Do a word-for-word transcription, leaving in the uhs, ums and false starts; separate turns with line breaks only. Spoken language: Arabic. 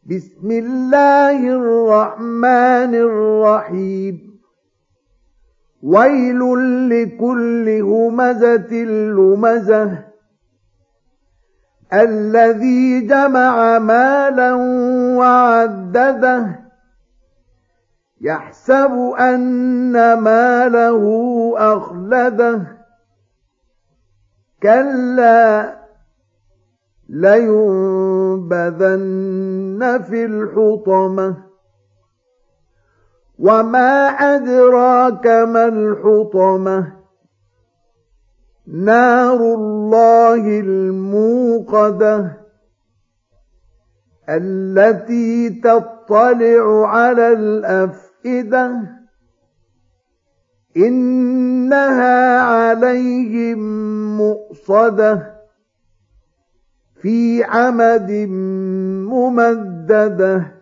بسم الله الرحمن الرحيم ويل لكل همزة لمزة الذي جمع مالا وعدده يحسب أن ماله أخلده كلا لينبذن في الحطمة وما أدراك ما الحطمة نار الله الموقدة التي تطلع على الأفئدة إنها عليهم مؤصدة في عمد ممددة